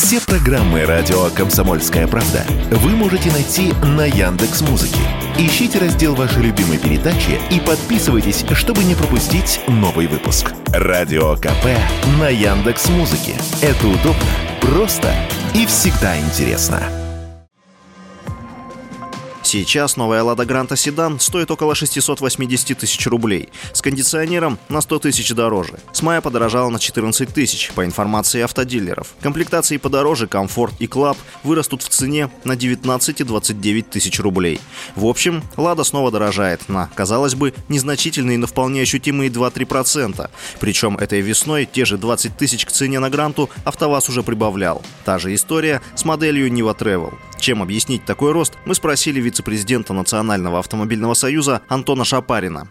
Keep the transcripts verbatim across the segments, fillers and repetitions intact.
Все программы радио «Комсомольская правда» вы можете найти на Яндекс.Музыке. Ищите раздел вашей любимой передачи и подписывайтесь, чтобы не пропустить новый выпуск. Радио КП на Яндекс.Музыке. Это удобно, просто и всегда интересно. Сейчас новая «Лада Гранта» седан стоит около шестьсот восемьдесят тысяч рублей. С кондиционером на сто тысяч дороже. С мая подорожала на четырнадцать тысяч, по информации автодилеров. Комплектации подороже «Комфорт» и «Клаб» вырастут в цене на девятнадцать и двадцать девять тысяч рублей. В общем, «Лада» снова дорожает на, казалось бы, незначительные, но вполне ощутимые два-три процента. Причем этой весной те же двадцать тысяч к цене на «Гранту» АвтоВАЗ уже прибавлял. Та же история с моделью Нива Travel. Чем объяснить такой рост, мы спросили вице-президента Национального автомобильного союза Антона Шапарина.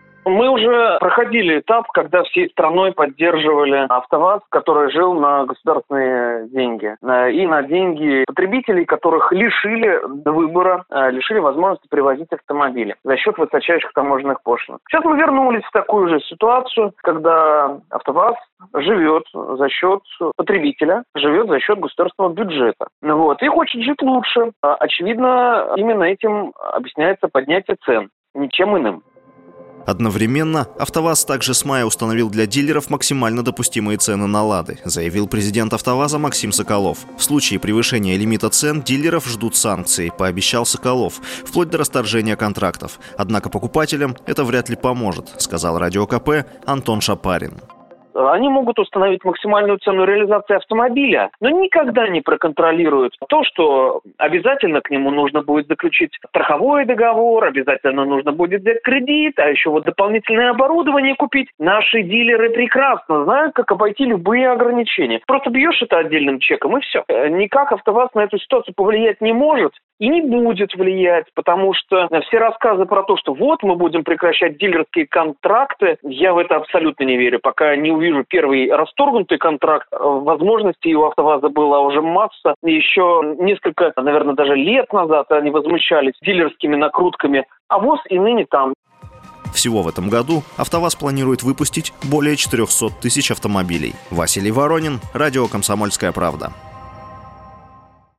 Мы уже проходили этап, когда всей страной поддерживали АвтоВАЗ, который жил на государственные деньги. И на деньги потребителей, которых лишили выбора, лишили возможности привозить автомобили за счет высочайших таможенных пошлин. Сейчас мы вернулись в такую же ситуацию, когда АвтоВАЗ живет за счет потребителя, живет за счет государственного бюджета. Вот. И хочет жить лучше. Очевидно, именно этим объясняется поднятие цен, ничем иным. Одновременно АвтоВАЗ также с мая установил для дилеров максимально допустимые цены на «Лады», заявил президент АвтоВАЗа Максим Соколов. В случае превышения лимита цен дилеров ждут санкции, пообещал Соколов, вплоть до расторжения контрактов. Однако покупателям это вряд ли поможет, сказал Радио КП Антон Шапарин. Они могут установить максимальную цену реализации автомобиля, но никогда не проконтролируют то, что обязательно к нему нужно будет заключить страховой договор, обязательно нужно будет взять кредит, а еще вот дополнительное оборудование купить. Наши дилеры прекрасно знают, как обойти любые ограничения. Просто бьешь это отдельным чеком, и все. Никак АвтоВАЗ на эту ситуацию повлиять не может и не будет влиять, потому что все рассказы про то, что вот мы будем прекращать дилерские контракты, я в это абсолютно не верю, пока не увижу первый расторгнутый контракт. Возможностей у АвтоВАЗа была уже масса. Еще несколько, наверное, даже лет назад они возмущались дилерскими накрутками, а ВОЗ и ныне там. Всего в этом году АвтоВАЗ планирует выпустить более четыреста тысяч автомобилей. Василий Воронин, Радио «Комсомольская правда».